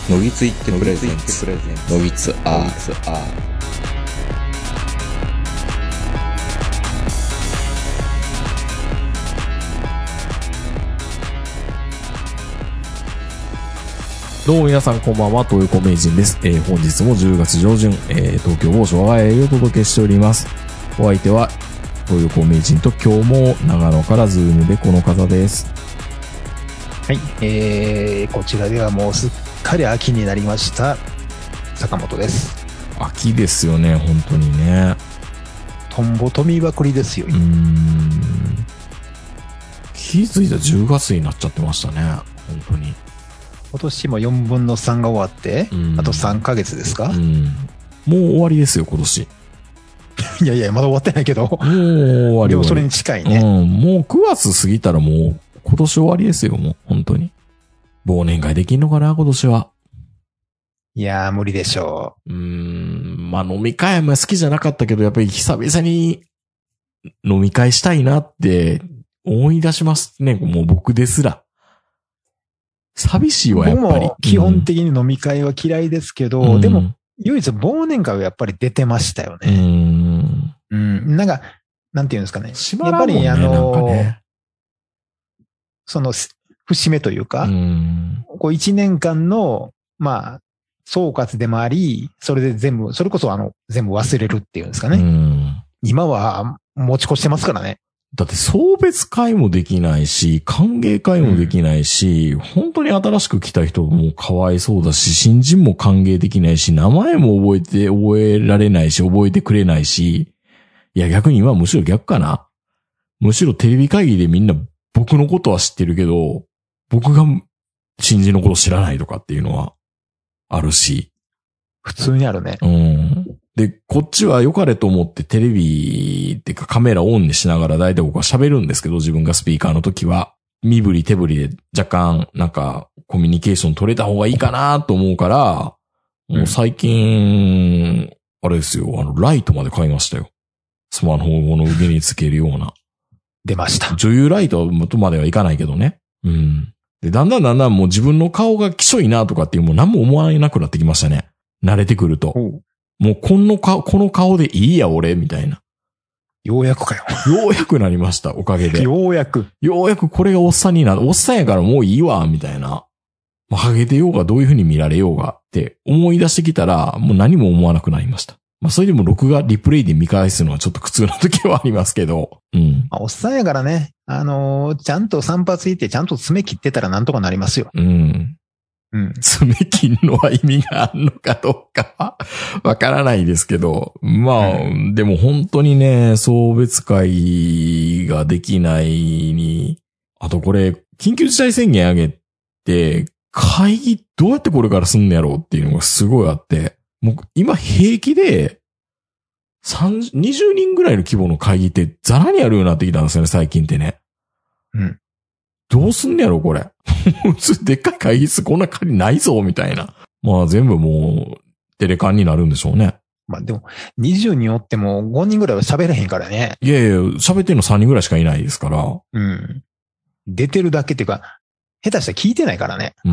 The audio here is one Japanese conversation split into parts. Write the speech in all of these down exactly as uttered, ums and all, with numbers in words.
のぎついってプレゼンツのぎつアーどうも皆さんこんばんは、東横名人です。えー、本日もじゅうがつ上旬、えー、東京某所我が家をお届けしております。お相手は東横名人と今日も長野からズームでこの方です。 はい、えー、こちらではもうすっかり秋になりました坂本です。 秋ですよね、本当にね。 トンボ飛びまくりですよ。 うーん、気づいたらじゅうがつになっちゃってましたね、本当に。 今年もよんぶんのさんが終わって、あとさんかげつですか。 うん、もう終わりですよ今年。 いやいやまだ終わってないけど、もう終わり。 でもそれに近いね、 うん、もうくがつ過ぎたらもう今年終わりですよ、もう本当に。忘年会できんのかな今年は。 いやー無理でしょう。うーん、まあ飲み会も好きじゃなかったけど、やっぱり久々に飲み会したいなって思い出しますね、もう僕ですら。寂しいわ、やっぱり。 僕も基本的に飲み会は嫌いですけど、うん、でも唯一忘年会はやっぱり出てましたよね。 うん。 うん。なんか、なんていうんですかね。 やっぱりあの、ね、 その、節目というか、うん、こう一年間の、まあ、総括でもあり、それで全部、それこそあの、全部忘れるっていうんですかね。うん、今は持ち越してますからね。 だって送別会もできないし、歓迎会もできないし、うん、本当に新しく来た人もかわいそうだし、新人も歓迎できないし、名前も覚えて、覚えられないし、覚えてくれないし、いや逆に今はむしろ逆かな。むしろテレビ会議でみんな僕のことは知ってるけど、僕が新人のこと知らないとかっていうのはあるし。 普通にあるね。 うん。で、こっちは良かれと思ってテレビっていうかカメラオンにしながら大体僕は喋るんですけど、自分がスピーカーの時は身振り手振りで若干なんかコミュニケーション取れた方がいいかなと思うから、もう最近、あれですよ、あのライトまで買いましたよ。スマホの上につけるような。 出ました。 女優ライトまではいかないけどね。うん。で、だんだんだんだんもう自分の顔がきしょいなとかっていうもう何も思わなくなってきましたね。慣れてくると。もうこの顔、この顔でいいや俺、みたいな。 ようやくかよ。 ようやくなりました、おかげで。 ようやく。 ようやくこれがおっさんになる。おっさんやからもういいわ、みたいな。まあ、ハゲてようがどういう風に見られようがって思い出してきたら、もう何も思わなくなりました。まあ、それでも録画、リプレイで見返すのはちょっと苦痛な時はありますけど。うん。 まあ、おっさんやからね、あのー、ちゃんと散髪いって、ちゃんと爪切ってたらなんとかなりますよ。 うん。うん。爪切るのは意味があるのかどうかはわからないですけど。まあ、うん、でも本当にね、送別会ができないに、あとこれ、緊急事態宣言上げて、会議どうやってこれからすんのやろうっていうのがすごいあって、もう今平気で、にじゅうにんぐらいの規模の会議ってザラにあるようになってきたんですよね、最近ってね。 うん。 どうすんねやろ、これ。でっかい会議室こんな会議ないぞ、みたいな。まあ全部もう、テレカンになるんでしょうね。 まあでも、にじゅうにんおってもごにんぐらいは喋れへんからね。 いやいや、喋ってんのさんにんぐらいしかいないですから。 うん。出てるだけっていうか、下手したら聞いてないからね。 うん。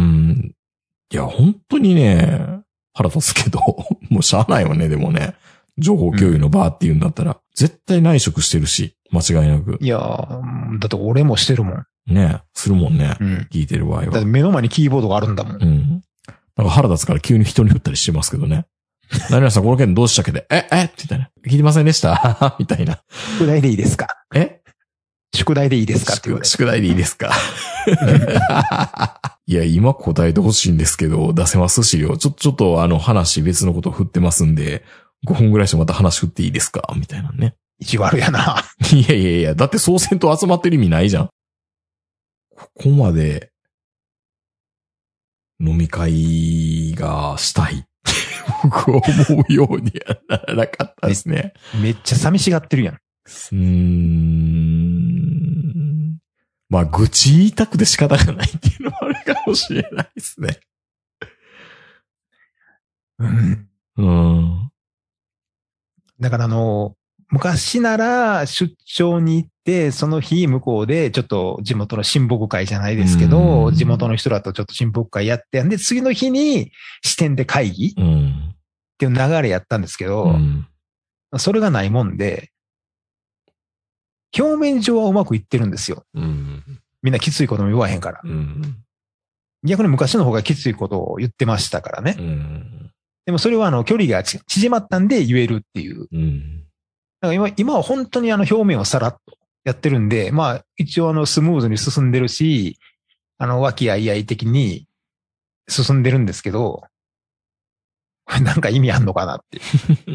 いや、本当にね、腹立つけど、もうしゃあないわね、でもね。情報共有の場っていうんだったら、うん、絶対内職してるし、間違いなく。 いやー、だって俺もしてるもん。 ねするもんね。うん、聞いてる場合は。 だって目の前にキーボードがあるんだもん。 うん。なんか腹立つから急に人に振ったりしてますけどね。何々さんこの件どうしたっけで、え、えって言ったね。聞いてませんでしたみたいな。 宿題でいいですかえ宿題でいいですかって言われて。 宿題でいいですかいや、今答えてほしいんですけど、出せます資料。ちょ、ちょっとあの話別のこと振ってますんで、ごふんぐらいしてまた話振っていいですかみたいなね。 意地悪やな。 いやいやいや、だって総選と集まってる意味ないじゃん。ここまで飲み会がしたいって僕は思うようにはならなかったですね。 め, めっちゃ寂しがってるやん。 うーん。まあ、愚痴言いたくて仕方がないっていうのもあるかもしれないですね。 うん。 うん。 だからあの、昔なら出張に行っで、その日向こうでちょっと地元の親睦会じゃないですけど、地元の人らとちょっと親睦会やって、で、次の日に支店で会議っていう流れやったんですけど、うん、それがないもんで、表面上はうまくいってるんですよ。うん、みんなきついことも言わへんから、うん。逆に昔の方がきついことを言ってましたからね。うん、でもそれはあの距離が縮まったんで言えるっていう。うん、だから今、今は本当にあの表面をさらっとやってるんで、まあ一応あのスムーズに進んでるし、あの和気あいあい的に進んでるんですけど、これなんか意味あんのかなっていう。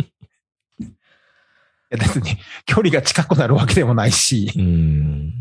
いや別に距離が近くなるわけでもないし、うん、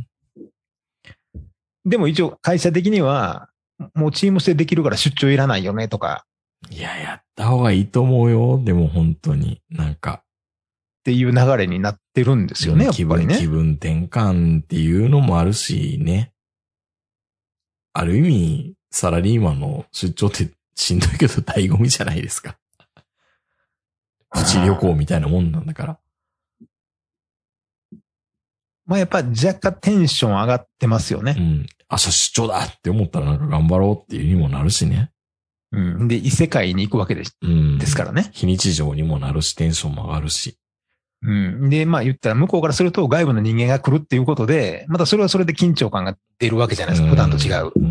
でも一応会社的にはもうチーム制できるから出張いらないよねとか。 いや、やった方がいいと思うよ。でも本当になんか。 っていう流れになってるんですよね、やっぱりね。 気分転換っていうのもあるしね。ある意味、サラリーマンの出張ってしんどいけど醍醐味じゃないですか。プチ旅行みたいなもんなんだから。 まあやっぱ若干テンション上がってますよね。 うん。明日出張だって思ったらなんか頑張ろうっていうにもなるしね。 うん。で、異世界に行くわけです。うん。ですからね。 非日常にもなるし、テンションも上がるし。 うん。で、まあ言ったら向こうからすると外部の人間が来るっていうことで、またそれはそれで緊張感が出るわけじゃないですか。普段と違う。うん。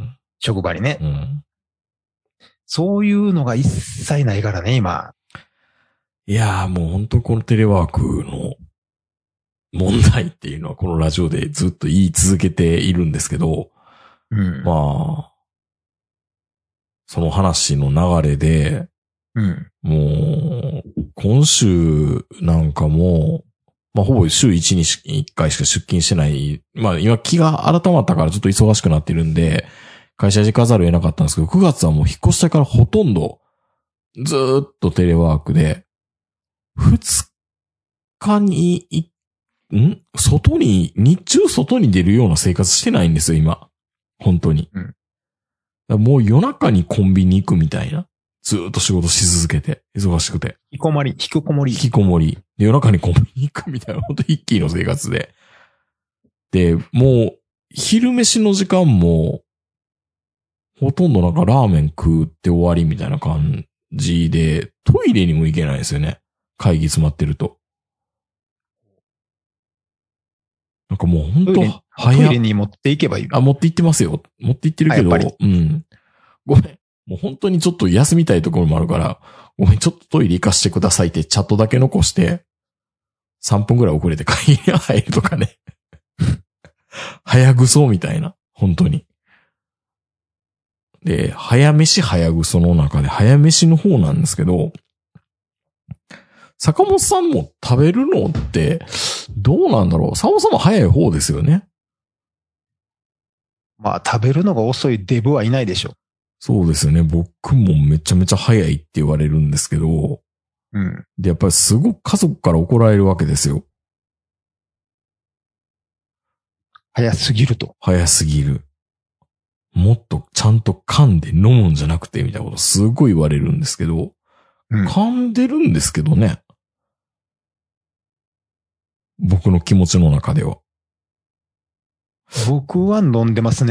職場にね。うん。そういうのが一切ないからね、今。 いやーもう本当このテレワークの問題っていうのはこのラジオでずっと言い続けているんですけど、うん、まあ、その話の流れで、うん、もう、今週なんかも、まあほぼ週いちにいっかいしか出勤してない、まあ今気が改まったからちょっと忙しくなってるんで、会社に行かざるを得なかったんですけど、くがつはもう引っ越してからほとんどずーっとテレワークで、ふつかにいん外に、日中外に出るような生活してないんですよ、今。本当に。うん、もう夜中にコンビニ行くみたいな。ずーっと仕事し続けて、忙しくて。 引きこもり、引きこもり。 引きこもり。で、夜中にコンビニ行くみたいな、本当一気の生活で。で、もう、昼飯の時間も、ほとんどなんかラーメン食って終わりみたいな感じで、トイレにも行けないんですよね。会議詰まってると。なんかもう本当トイレに持っていけばいい。 あ、持って行ってますよ。持って行ってるけど、うん。ごめん。もう本当にちょっと休みたいところもあるから、ごめん、ちょっとトイレ行かしてくださいってチャットだけ残して、さんぷんくらい遅れて会議に入るとかね。早ぐそみたいな。本当に。で、早飯早ぐその中で早飯の方なんですけど、坂本さんも食べるのって、どうなんだろう。坂本さんも早い方ですよね。 まあ、食べるのが遅いデブはいないでしょ。 そうですよね。僕もめちゃめちゃ早いって言われるんですけど。うん。で、やっぱりすごく家族から怒られるわけですよ。 早すぎると。 早すぎる。もっとちゃんと噛んで飲むんじゃなくて、みたいなことすごい言われるんですけど。うん、噛んでるんですけどね。僕の気持ちの中では。 僕は飲んでますね。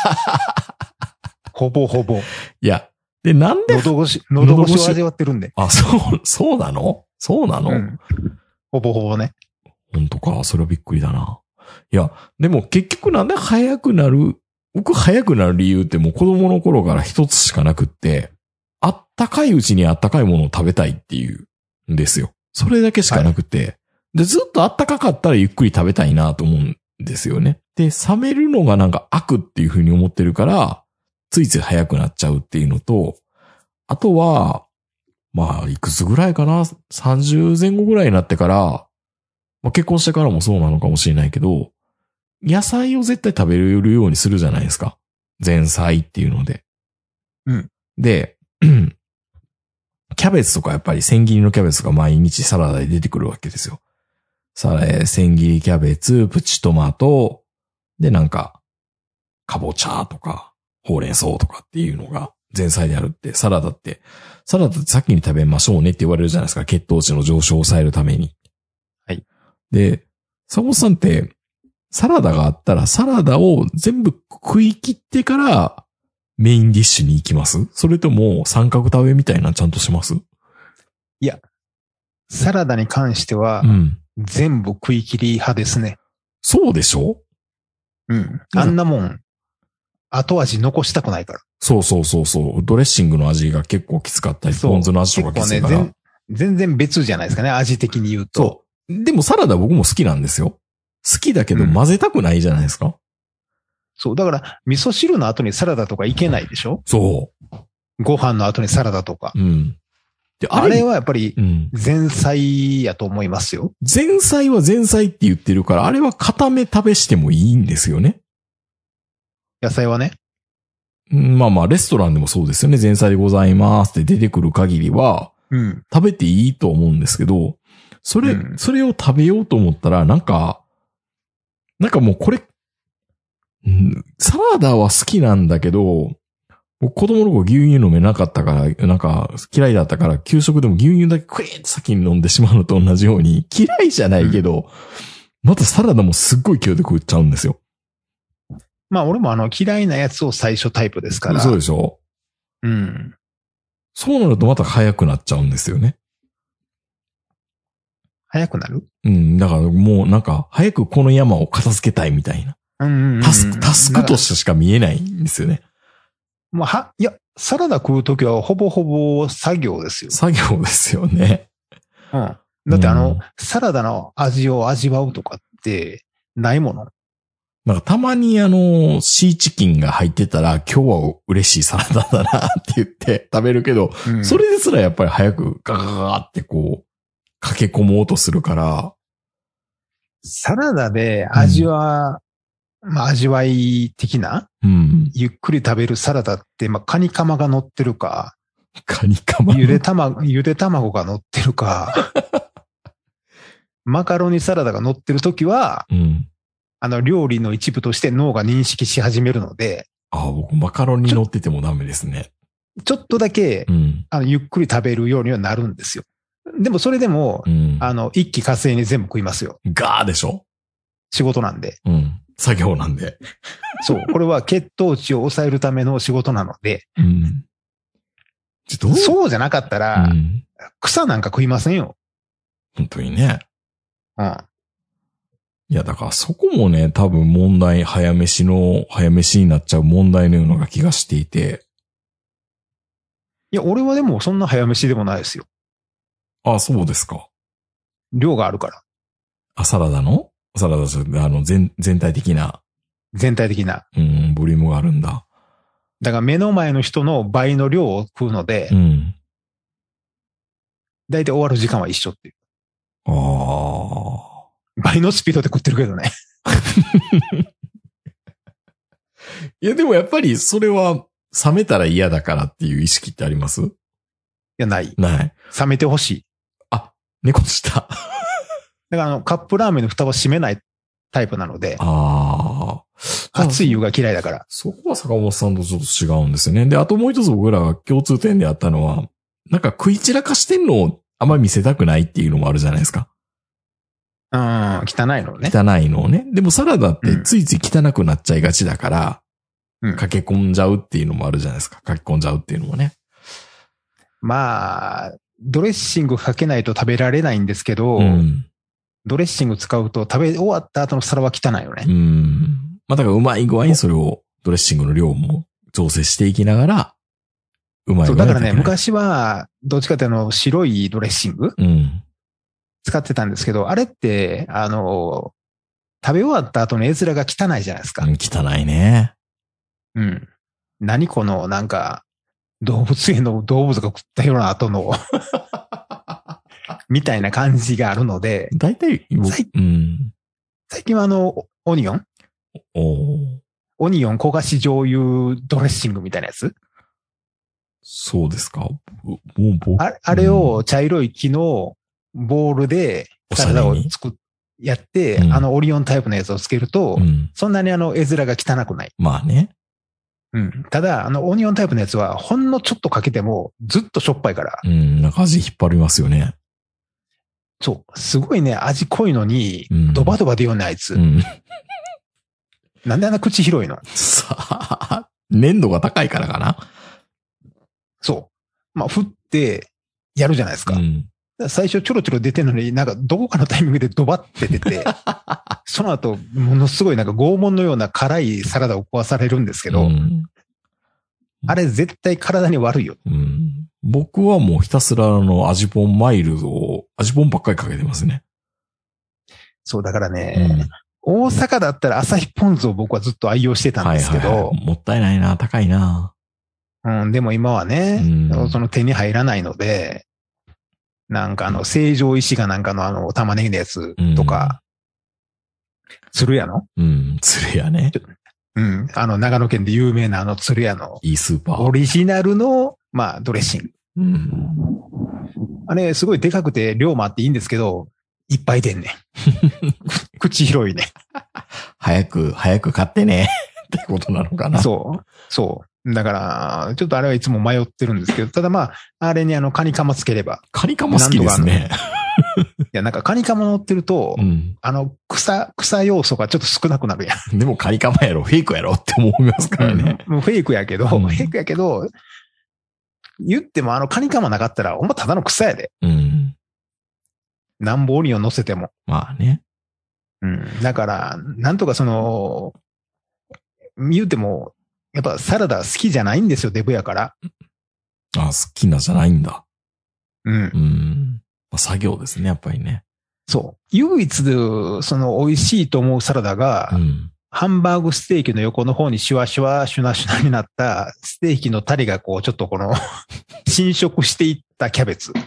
ほぼほぼ。 いや、で、なんで喉越し、喉越しを味わってるんで。 あ、そう、そうなのそうなの、うん、 ほぼほぼね。 本当か、それはびっくりだな。いや、でも結局なんで早くなる、僕早くなる理由ってもう子供の頃から一つしかなくって、あったかいうちにあったかいものを食べたいっていうんですよ。それだけしかなくて、はい、で、ずっとあったかかったらゆっくり食べたいなと思うんですよね。で、冷めるのがなんか悪っていう風に思ってるから、ついつい早くなっちゃうっていうのと、あとは、まあ、いくつぐらいかな ?さんじゅう 前後ぐらいになってから、まあ、結婚してからもそうなのかもしれないけど、野菜を絶対食べれるようにするじゃないですか。前菜っていうので。うん。で、キャベツとかやっぱり千切りのキャベツが毎日サラダで出てくるわけですよ。さあ、千切りキャベツ、プチトマト、でなんか、かぼちゃとか、ほうれん草とかっていうのが前菜であるって、サラダって、サラダって先に食べましょうねって言われるじゃないですか。血糖値の上昇を抑えるために。はい。で、坂本さんって、 サラダがあったら、サラダを全部食い切ってからメインディッシュに行きます？それとも三角食べみたいなちゃんとします？ いや、サラダに関しては、全部食い切り派ですね。 そうでしょ？ うん。あんなもん、後味残したくないから。 そうそうそうそう。ドレッシングの味が結構きつかったり、ポン酢の味とかきついから。 結構ね、全然別じゃないですかね、味的に言うと。 そう。でもサラダ僕も好きなんですよ。好きだけど混ぜたくないじゃないですか。うん、 そう。だから、味噌汁の後にサラダとかいけないでしょ？ そう。 ご飯の後にサラダとか。 うん。 であれはやっぱり、前菜やと思いますよ。 前菜は前菜って言ってるから、あれは固め食べしてもいいんですよね。 野菜はね。 まあまあ、レストランでもそうですよね。前菜でございますって出てくる限りは、うん、食べていいと思うんですけど、それ、うん、それを食べようと思ったら、なんか、なんかもうこれ、うん、サラダは好きなんだけど、僕子供の頃牛乳飲めなかったから、なんか嫌いだったから、給食でも牛乳だけクイーンって先に飲んでしまうのと同じように、嫌いじゃないけど、うん、またサラダもすっごい勢いで食っちゃうんですよ。 まあ俺もあの嫌いなやつを最初タイプですから。 そうでしょ？ うん。 そうなるとまた早くなっちゃうんですよね。 早くなる？ うん。だからもうなんか早くこの山を片付けたいみたいな。 うんうんうん、 タスク、タスクとしてしか見えないんですよね。 もうは、いや、サラダ食うときはほぼほぼ作業ですよ。 作業ですよね。 うん。だってあの、うん、サラダの味を味わうとかってないもの。 なんかたまにあの、シーチキンが入ってたら、今日は嬉しいサラダだなって言って食べるけど、うん、それですらやっぱり早くガガガーってこう、駆け込もうとするから。 サラダで味は、うん、まあ味わい的な、うん、ゆっくり食べるサラダって、まあカニカマが乗ってるか、 カニカマゆで卵、ゆで卵が乗ってるか、マカロニサラダが乗ってるときは、うんあの、料理の一部として脳が認識し始めるので。 ああ、僕、マカロニ乗っててもダメですね。 ちょっとだけ、うん、あの、ゆっくり食べるようにはなるんですよ。でも、それでも、うん、あの、一気呵成に全部食いますよ。 ガーでしょ？ 仕事なんで。 うん。作業なんで。 そう。これは血糖値を抑えるための仕事なので。うん、そうじゃなかったら、うん、草なんか食いませんよ。 本当にね。 うん。 いや、だからそこもね、多分問題、早飯の、早飯になっちゃう問題のような気がしていて。 いや、俺はでもそんな早飯でもないですよ。 ああ、そうですか。 量があるから。 あ、サラダの？サラダじゃ、あの、全、全体的な。 全体的な。 うん、ボリュームがあるんだ。 だから目の前の人の倍の量を食うので、うん。だいたい終わる時間は一緒っていう。 ああ。 倍のスピードで食ってるけどね。 いや、でもやっぱりそれは冷めたら嫌だからっていう意識ってあります？いや、ない。 ない。 冷めてほしい。 あ、猫した。だからあの、カップラーメンの蓋を閉めないタイプなので。 ああ。熱い湯が嫌いだから。 そこは坂本さんとちょっと違うんですよね。で、あともう一つ僕らが共通点であったのは、なんか食い散らかしてんのをあんまり見せたくないっていうのもあるじゃないですか。 うん、汚いのね。 汚いのをね。でもサラダってついつい汚くなっちゃいがちだから、うん、駆け込んじゃうっていうのもあるじゃないですか。駆け込んじゃうっていうのもね。 まあ、ドレッシングかけないと食べられないんですけど、うん、ドレッシング使うと食べ終わった後の皿は汚いよね。 うん。まあだからうまい具合にそれをドレッシングの量も調整していきながら、うまい具合に。そう、 だからね、昔は、どっちかっていうと白いドレッシング、うん使ってたんですけど、あれって、あの、食べ終わった後の絵面が汚いじゃないですか。 うん、汚いね。 うん。何この、なんか、動物園の動物が食ったような後の、みたいな感じがあるので。 大体、 最,、うん、最近はあの、オニオンおオニオン焦がし醤油ドレッシングみたいなやつそうですか。もう僕ああれを茶色い木の、ボールでサラダを作っ、やって、うん、あのオリオンタイプのやつをつけると、うん、そんなにあの絵面が汚くない。 まあね。 うん。ただ、あのオニオンタイプのやつはほんのちょっとかけてもずっとしょっぱいから。 うん。なんか味引っ張りますよね。 そう。すごいね、味濃いのに、ドバドバ出ようね、あいつ。うん。 なんであんな口広いの？ さあ、粘度が高いからかな。 そう。まあ、振って、やるじゃないですか。うん、最初ちょろちょろ出てるのに、なんかどこかのタイミングでドバって出て、その後、ものすごいなんか拷問のような辛いサラダを壊されるんですけど、うん、あれ絶対体に悪いよ。 うん、僕はもうひたすらあの味ポンマイルドを、味ポンばっかりかけてますね。 そう、だからね、うん、大阪だったら朝日ポン酢を僕はずっと愛用してたんですけど、はいはいはい、 もったいないな、高いな。 うん、でも今はね、うん、その手に入らないので、なんかあの、成城石がなんかのあの、玉ねぎのやつとか、うん、鶴屋のうん、鶴屋ね。 うん、あの、長野県で有名なあの鶴屋の、 いいスーパー。 オリジナルの、まあ、ドレッシング。うん、あれ、すごいでかくて量もあっていいんですけど、いっぱい出んねん。口広いね。 早く、早く買ってね。ってことなのかな。 そう。そう。だから、ちょっとあれはいつも迷ってるんですけど、ただまあ、あれにあの、カニカマつければ。 カニカマ好きですね。 いや、なんかカニカマ乗ってると、うん、あの、草、草要素がちょっと少なくなるやん。でもカニカマやろ、フェイクやろって思いますからね。 うん、もうフェイクやけど、うん、フェイクやけど、言ってもあのカニカマなかったら、ほんまただの草やで。うん。なんぼオニオン乗せても。 まあね。 うん。だから、なんとかその、言うても、やっぱサラダ好きじゃないんですよ、デブやから。 あ、好きなじゃないんだ。 うん。うん。 まあ、作業ですね、やっぱりね。 そう。唯一で、その美味しいと思うサラダが、うん、ハンバーグステーキの横の方にシュワシュワ、シュナシュナになったステーキのタリがこう、ちょっとこの、侵食していったキャベツ。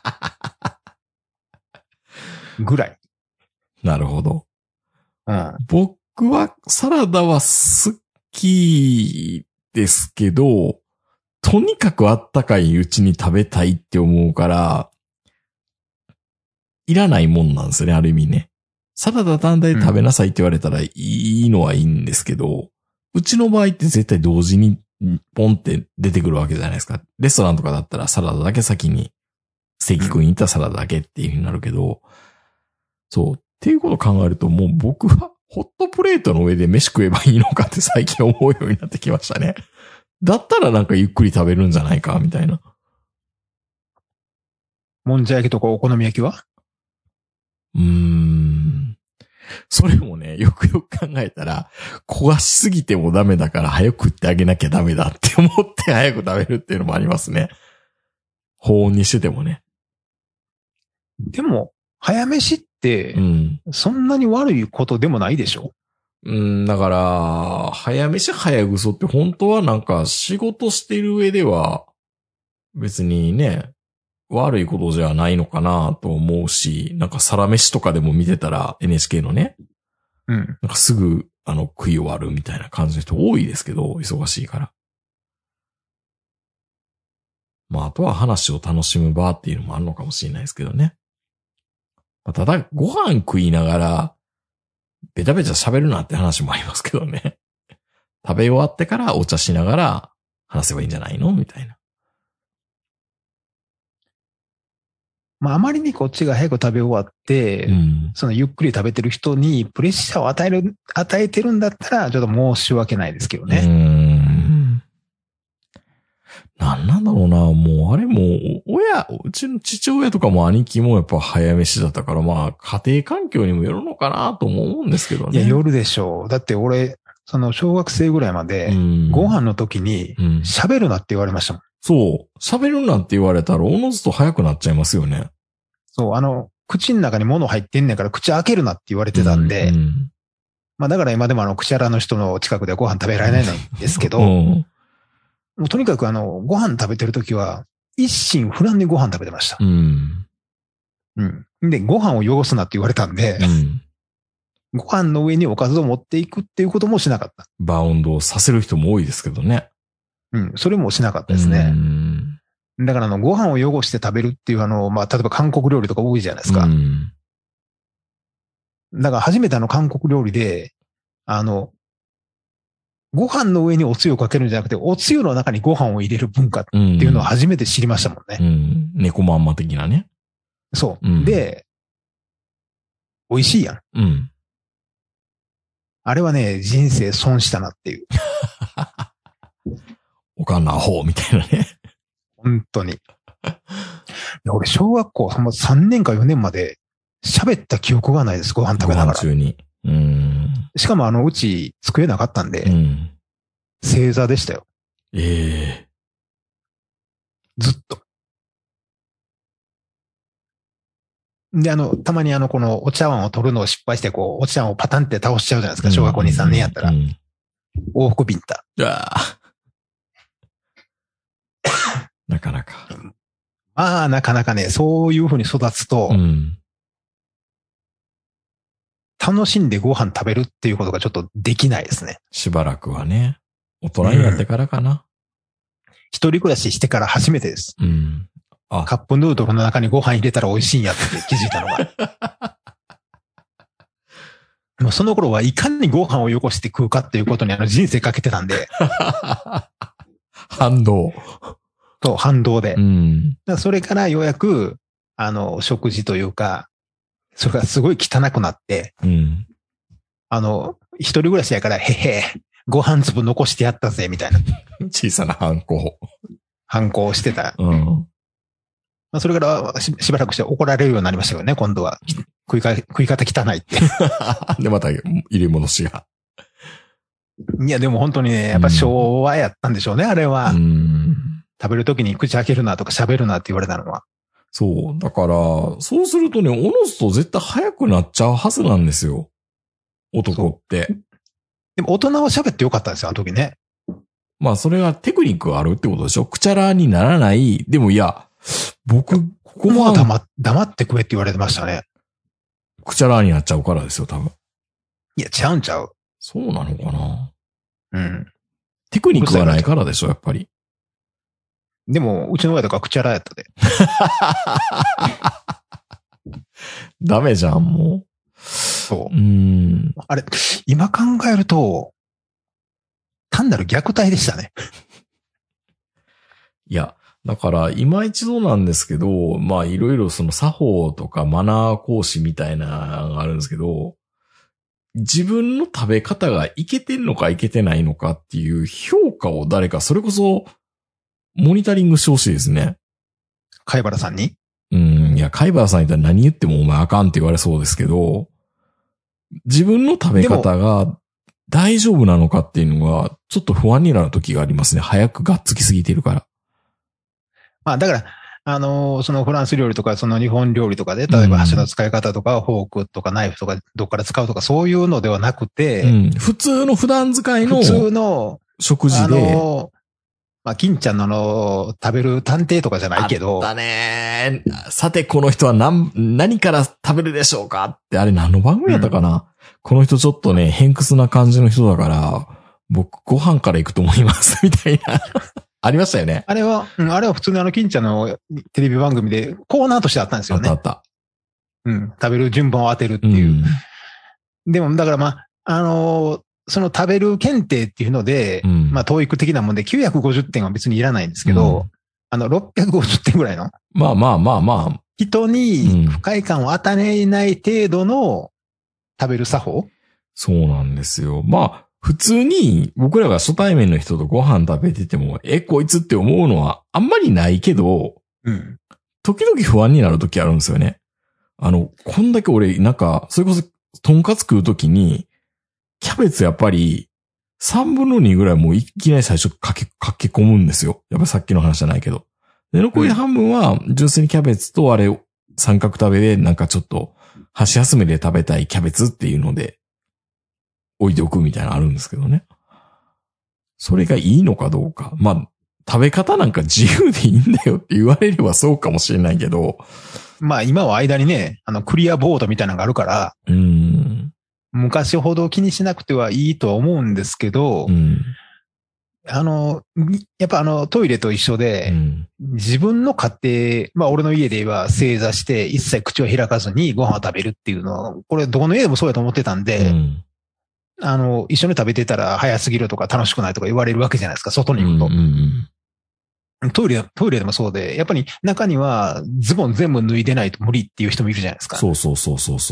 ぐらい。 なるほど。 うん。 僕はサラダは好きですけど、とにかくあったかいうちに食べたいって思うから、いらないもんなんですよね、ある意味ね。サラダ単体で食べなさいって言われたらいいのはいいんですけど、うん、うちの場合って絶対同時にポンって出てくるわけじゃないですか。レストランとかだったらサラダだけ先に、ステーキ食いに行ったらサラダだけっていう風になるけど、そう。っていうことを考えると、もう僕はホットプレートの上で飯食えばいいのかって最近思うようになってきましたね。だったらなんかゆっくり食べるんじゃないか、みたいな。 もんじゃ焼きとかお好み焼きは？ うーん。それもね、よくよく考えたら、焦がしすぎてもダメだから早く食ってあげなきゃダメだって思って早く食べるっていうのもありますね。保温にしててもね。 でも、早飯って、そんなに悪いことでもないでしょ？ うん、だから、早飯早ぐそって本当はなんか仕事してる上では別にね、悪いことじゃないのかなと思うし、なんかサラ飯とかでも見てたら エヌエイチケー のね、 うん、 なんかすぐあの食い終わるみたいな感じの人多いですけど、忙しいから。まああとは話を楽しむ場っていうのもあるのかもしれないですけどね。まあ、ただご飯食いながらベタベタ喋るなって話もありますけどね。食べ終わってからお茶しながら話せばいいんじゃないのみたいな。 まあ、あまりにこっちが早く食べ終わって、うん、そのゆっくり食べてる人にプレッシャーを与える、与えてるんだったら、ちょっと申し訳ないですけどね。 うーん。なんなんだろうな、もうあれも、親、うちの父親とかも兄貴もやっぱ早飯だったから、まあ、家庭環境にもよるのかなとも思うんですけどね。 いや、よるでしょう。だって俺、その小学生ぐらいまで、ご飯の時に喋るなって言われましたもん。 そう。喋るなって言われたら、おのずと早くなっちゃいますよね。 そう、あの、口の中に物入ってんねんから口開けるなって言われてたんで、うんうん、まあだから今でもあの、口洗の人の近くではご飯食べられないんですけど、うん、もうとにかくあの、ご飯食べてる時は、一心不乱にご飯食べてました。うん。うん。で、ご飯を汚すなって言われたんで、うん、ご飯の上におかずを持っていくっていうこともしなかった。 バウンドをさせる人も多いですけどね。 うん、それもしなかったですね。うんだからあの、ご飯を汚して食べるっていうあの、まあ、例えば韓国料理とか多いじゃないですか。うん、だから初めてあの韓国料理で、あの、ご飯の上におつゆをかけるんじゃなくて、おつゆの中にご飯を入れる文化っていうのを初めて知りましたもんね。 うん。うん、猫まんま的なね。 そう。うん、で、美味しいやん。うん。 あれはね、人生損したなっていう。 おかんなアホみたいなね。 本当に。俺、小学校さんねんかよねんまで喋った記憶がないです。ご飯食べながら。 ご飯中に。うん。 しかもあの、うち机なかったんで、うん、正座でしたよ。 ええー。ずっと。で、あの、たまにあの、このお茶碗を取るのを失敗して、こう、お茶碗をパタンって倒しちゃうじゃないですか。小学校に、さんねんやったら。うんうんうん、往復ビンタ。 なかなか。 まあ、なかなかね、そういう風に育つと、うん、楽しんでご飯食べるっていうことがちょっとできないですね。 しばらくはね。大人になってからかな。うん、 一人暮らししてから初めてです。うん、あカップヌードルの中にご飯入れたら美味しいんやって気づいたのが。もうその頃はいかにご飯をよこして食うかっていうことにあの人生かけてたんで。 反動。 そう、反動で。うん、だからそれからようやく、あの、食事というか、それがすごい汚くなって、うん、あの、一人暮らしやから、へへ、ご飯粒残してやったぜ、みたいな。 小さな反抗。 反抗してた。うん、まあ、それからし、しばらくして怒られるようになりましたよね、今度は。食いか、食い方汚いって。 で、また入れ戻しが。 いや、でも本当にね、やっぱ昭和やったんでしょうね、あれは。うん、食べるときに口開けるなとか喋るなって言われたのは。 そう。だから、そうするとね、おのずと絶対早くなっちゃうはずなんですよ。男って。 でも大人は喋ってよかったんですよ、あの時ね。 まあ、それはテクニックがあるってことでしょ。くちゃらにならない。でもいや、僕、 ここは黙、黙って食えって言われてましたね。 くちゃらになっちゃうからですよ、多分。 いや、ちゃうんちゃう。 そうなのかな。 うん。 テクニックがないからでしょ、やっぱり。 でも、うちの親とかくちゃらやったで。 ダメじゃん、もう。 そう。うん。あれ、今考えると、単なる虐待でしたね。 いや、だから今一度なんですけど、まあいろいろその作法とかマナー講師みたいなのがあるんですけど、自分の食べ方がいけてんのかいけてないのかっていう評価を誰か、それこそモニタリングしてほしいですね。 貝原さんに？ うん、いや、貝原さん言ったら何言ってもお前あかんって言われそうですけど、自分の食べ方が大丈夫なのかっていうのがちょっと不安になる時がありますね。早くがっつきすぎてるから。 まあだから、あのー、そのフランス料理とかその日本料理とかで、例えば箸の使い方とか、フォークとかナイフとかどっから使うとかそういうのではなくて、うん、 普通の普段使いの普通の食事で、あのー、 まあ、金ちゃんのあの、食べる探偵とかじゃないけど。 あったねー。さて、この人は何、何から食べるでしょうかって、あれ何の番組だったかな、うん、この人ちょっとね、偏屈な感じの人だから、僕ご飯から行くと思います、みたいな。ありましたよね。 あれは、うん、あれは普通にあの、金ちゃんのテレビ番組でコーナーとしてあったんですよね。 あったあった。 うん、食べる順番を当てるっていう。うん、でも、だからまあ、あのー、その食べる検定っていうので、うん、まあ、トーイック的なもんできゅうひゃくごじゅってんは別にいらないんですけど、うん、あの、ろっぴゃくごじゅってんぐらいの。 まあまあまあまあ。 人に不快感を与えない程度の食べる作法、うん、 そうなんですよ。まあ、普通に僕らが初対面の人とご飯食べてても、え、こいつって思うのはあんまりないけど、うん、時々不安になる時あるんですよね。あの、こんだけ俺、なんか、それこそ、とんかつ食う時に、キャベツやっぱり、三分の二ぐらいもういきなり最初かけ、かけ込むんですよ。やっぱりさっきの話じゃないけど。で、残り半分は、純粋にキャベツとあれ、三角食べで、なんかちょっと、箸休めで食べたいキャベツっていうので、置いておくみたいなのあるんですけどね。それがいいのかどうか。まあ、食べ方なんか自由でいいんだよって言われればそうかもしれないけど。 まあ今は間にね、あのクリアボードみたいなのがあるから、うん、昔ほど気にしなくてはいいとは思うんですけど、うん、あの、やっぱあのトイレと一緒で、うん、自分の家庭、まあ俺の家で言えば正座して一切口を開かずにご飯を食べるっていうのは、これどこの家でもそうやと思ってたんで、うん、あの、一緒に食べてたら早すぎるとか楽しくないとか言われるわけじゃないですか、外に行くと。うんうんうん、トイレ、トイレでもそうで、やっぱり中にはズボン全部脱いでないと無理っていう人もいるじゃないですか。 そうそうそうそうそ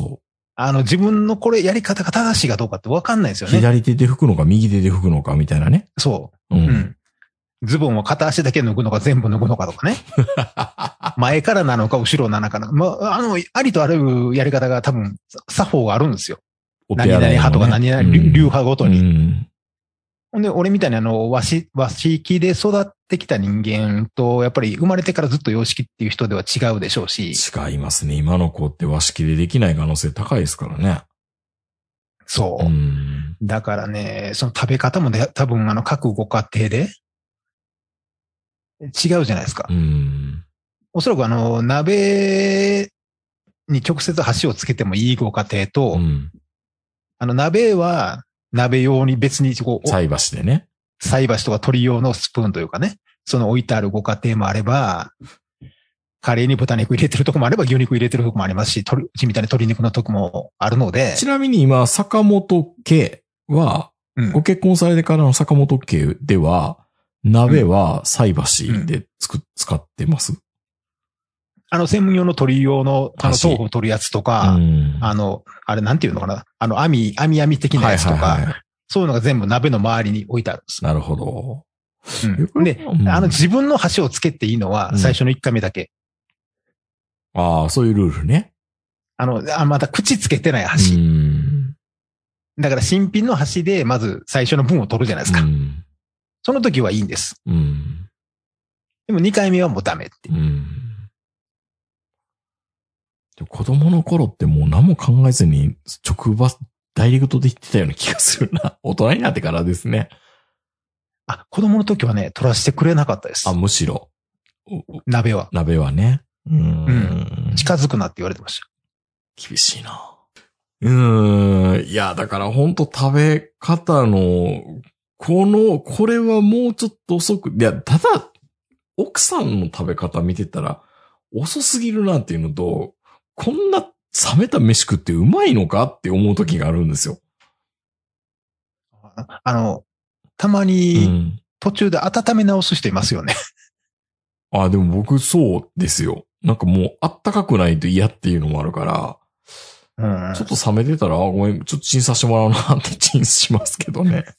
あの、自分のこれやり方が正しいかどうかって分かんないですよね。 左手で拭くのか、右手で拭くのか、みたいなね。 そう。 うん。 うん。ズボンを片足だけ脱ぐのか全部脱ぐのかとかね。前からなのか後ろなのかな。まあ、あの、ありとあらゆるやり方が多分、作法があるんですよ。 お手洗いのね、 何々派とか何々、うん、流派ごとに。 うんほんで、俺みたいにあの、和紙、和紙器で育ってきた人間と、やっぱり生まれてからずっと洋式っていう人では違うでしょうし。 違いますね。今の子って和式でできない可能性高いですからね。 そう。うん、だからね、その食べ方もね、多分あの、各ご家庭で違うじゃないですか。 うん、 おそらくあの、鍋に直接箸をつけてもいいご家庭と、うん、あの、鍋は、鍋用に別にこう、 菜箸でね。 菜箸とか鶏用のスプーンというかね、その置いてあるご家庭もあれば、カレーに豚肉入れてるとこもあれば牛肉入れてるとこもありますし、うちみたいに鶏肉のとこもあるので。 ちなみに今、坂本家は、うん、ご結婚されてからの坂本家では、鍋は菜箸でつく、うん、使ってます？ あの、専門用の鶏用の、あの、豆腐を取るやつとか、うん、あの、あれなんていうのかな、あの、網、網網的なやつとか、はいはいはい、そういうのが全部鍋の周りに置いてあるんです。 なるほど。 うん、で、うん、あの、自分の箸をつけていいのは、最初のいっかいめだけ。 うん、ああ、そういうルールね。 あの、あまだ口つけてない箸。うん、だから新品の箸で、まず最初の分を取るじゃないですか。うん、その時はいいんです。うん、でもにかいめはもうダメって。うん子供の頃ってもう何も考えずに直売ダイレクトで言ってたような気がするな。大人になってからですね。 あ、子供の時はね、取らせてくれなかったです。 あ、むしろ。 鍋は。 鍋はね。 うん。うん。近づくなって言われてました。 厳しいな。うーん。いや、だからほんと食べ方の、この、これはもうちょっと遅く、いや、ただ、奥さんの食べ方見てたら遅すぎるなっていうのと、こんな冷めた飯食ってうまいのかって思う時があるんですよ。 あの、たまに途中で温め直す人いますよね。 うん、あ、でも僕そうですよ。なんかもうあったかくないと嫌っていうのもあるから、うん、ちょっと冷めてたら、ごめん、ちょっとチンさせてもらうなってチンしますけどね。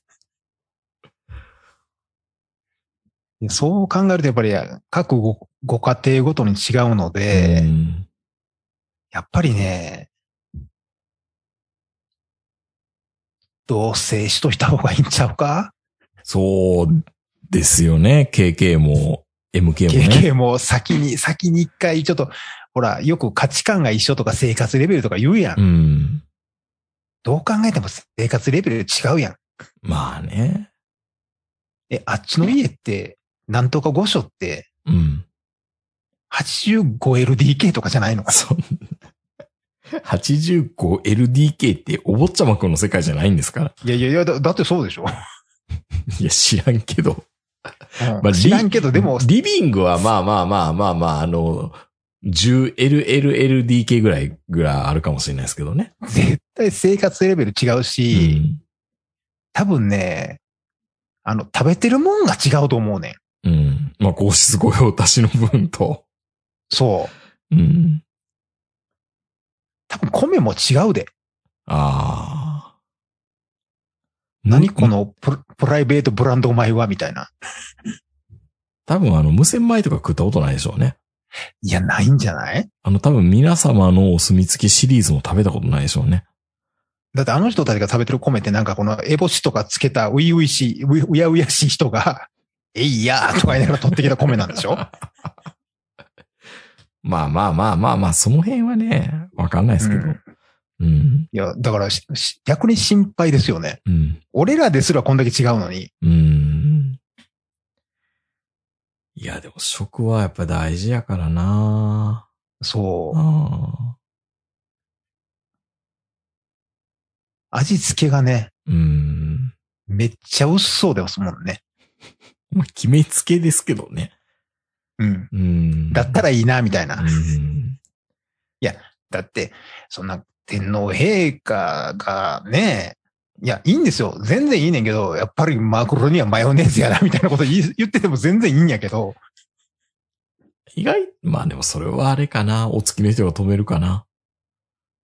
そう考えるとやっぱり各 ご, ご家庭ごとに違うので、うんやっぱりね、同棲しといた方がいいんちゃうか？ そうですよね。ケーケー も エムケー もね。 ケーケー も先に、先に一回ちょっと、ほら、よく価値観が一緒とか生活レベルとか言うやん。うん、どう考えても生活レベル違うやん。 まあね。 え、あっちの家って、なんとかご所って、うん。はちじゅうごエルディーケー とかじゃないのか？ そんはちじゅうごエルディーケー ってお坊ちゃまくんの世界じゃないんですから。 いやいやいや、だ, だってそうでしょ。 いや、知らんけど。 うんまあ、知らんけど、でも。 リビングはまあまあまあまあまあ、あの、じゅうエルエルエルディーケー ぐらいぐらいあるかもしれないですけどね。 絶対生活レベル違うし、うん、多分ね、あの、食べてるもんが違うと思うねん。うん。まあ、皇室御用達の分と。 そう。うん。多分米も違うで。ああ。何このププライベートブランド米はみたいな。 多分あの無洗米とか食ったことないでしょうね。 いや、ないんじゃない？ あの多分皆様のお墨付きシリーズも食べたことないでしょうね。 だってあの人たちが食べてる米ってなんかこのエボシとかつけたウイウイしい、うやうやしい人が、えいやーとか言いながら取ってきた米なんでしょ？ まあまあまあまあまあ、その辺はね、わかんないですけど。うんうん、 いや、だから逆に心配ですよね。うん、俺らですらこんだけ違うのに。うん、 いや、でも食はやっぱ大事やからな。 そう。あ味付けがね、うん、めっちゃ薄そうですもんね。 まあ、決めつけですけどね。 うん。うん、だったらいいな、みたいな。うん、いや、だって、そんな、天皇陛下がね、いや、いいんですよ。全然いいねんけど、やっぱりマグロにはマヨネーズやな、みたいなこと言ってても全然いいんやけど。 意外、まあでもそれはあれかな。お付きの人が止めるかな。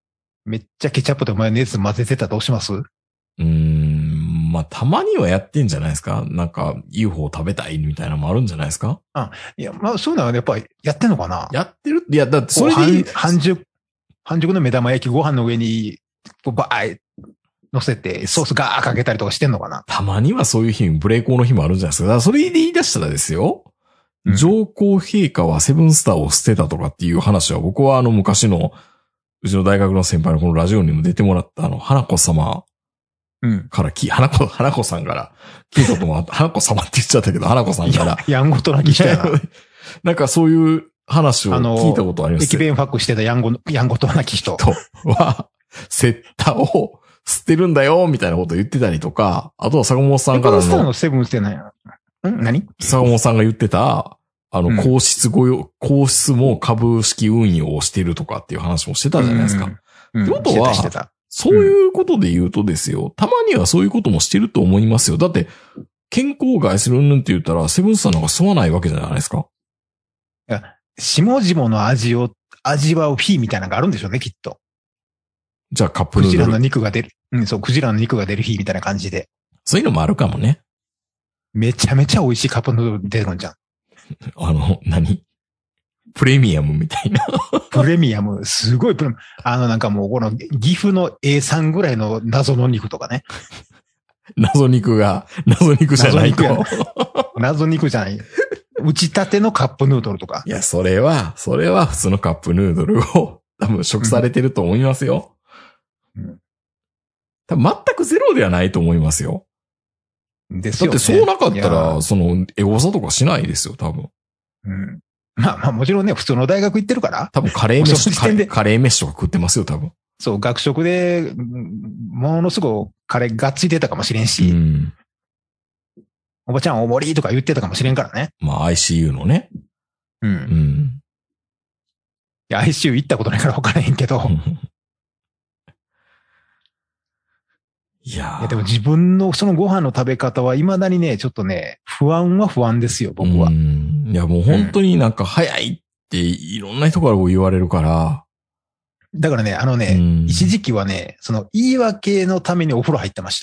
めっちゃケチャップとマヨネーズ混ぜてたらどうします？ うーん、まあ、たまにはやってんじゃないですか？なんか、ユーフォー 食べたいみたいなのもあるんじゃないですか？ あ、いや、まあ、そういうのはやっぱりやってんのかな？ やってる？いや、だってそれで、 半熟、半熟の目玉焼きご飯の上に、バーッ乗せて、ソースガーかけたりとかしてんのかな？ たまにはそういう日、ブレイクの日もあるんじゃないですか。だからそれで言い出したらですよ。 うん、 上皇陛下はセブンスターを捨てたとかっていう話は、僕はあの昔の、うちの大学の先輩のこのラジオにも出てもらったあの、花子様からき、花子、花子さんから聞いたこともあった。花子様って言っちゃったけど、花子さんから。 やんごとなきしたやな。 なんかそういう話を聞いたことあります。 駅弁ファックしてたやんご、やんごとなき人。 とは、セッタを捨てるんだよ、みたいなこと言ってたりとか、あとは坂本さんからの。 セブンスターのセブン捨てないやん。ん何？ 坂本さんが言ってた、あの、皇室ご用、皇室も株式運用をしてるとかっていう話もしてたじゃないですか。 うん。 ってことは、 してた。 そういうことで言うとですよ、たまにはそういうこともしてると思いますよ。だって、健康を害するうんぬんって言ったら、セブンスターなんか済まないわけじゃないですか。 いや、下々の味を、味わう日みたいなのがあるんでしょうね、きっと。 じゃあカップヌードル。 クジラの肉が出る。うん、そう、クジラの肉が出る日みたいな感じで。 そういうのもあるかもね。 めちゃめちゃ美味しいカップヌードル出てくるんじゃん。 あの、何プレミアムみたいな。 プレミアム、すごいプレミアム。あのなんかもうこの岐阜の エースリー ぐらいの謎の肉とかね。 謎肉が、謎肉じゃないと。 謎肉や、謎肉じゃない。打ち立てのカップヌードルとか。 いや、それは、それは普通のカップヌードルを多分食されてると思いますよ。うん、多分全くゼロではないと思いますよ。 ですよね。 だってそうなかったら、その、エゴサとかしないですよ、多分。 うん。まあまあもちろんね、普通の大学行ってるから。 多分カレー飯、カレー、カレー飯とか食ってますよ、多分。 そう、学食で、ものすごくカレーがっついてたかもしれんし。うん。おばちゃん大盛りとか言ってたかもしれんからね。 まあ アイシーユー のね。 うん。うん。いや、アイシーユー 行ったことないから分からへんけど。いやいやでも自分のそのご飯の食べ方は未だにね、ちょっとね、不安は不安ですよ、僕は。 うんいやもう本当になんか早いっていろんな人から言われるから。 だからね、あのね、一時期はね、その言い訳のためにお風呂入ってました。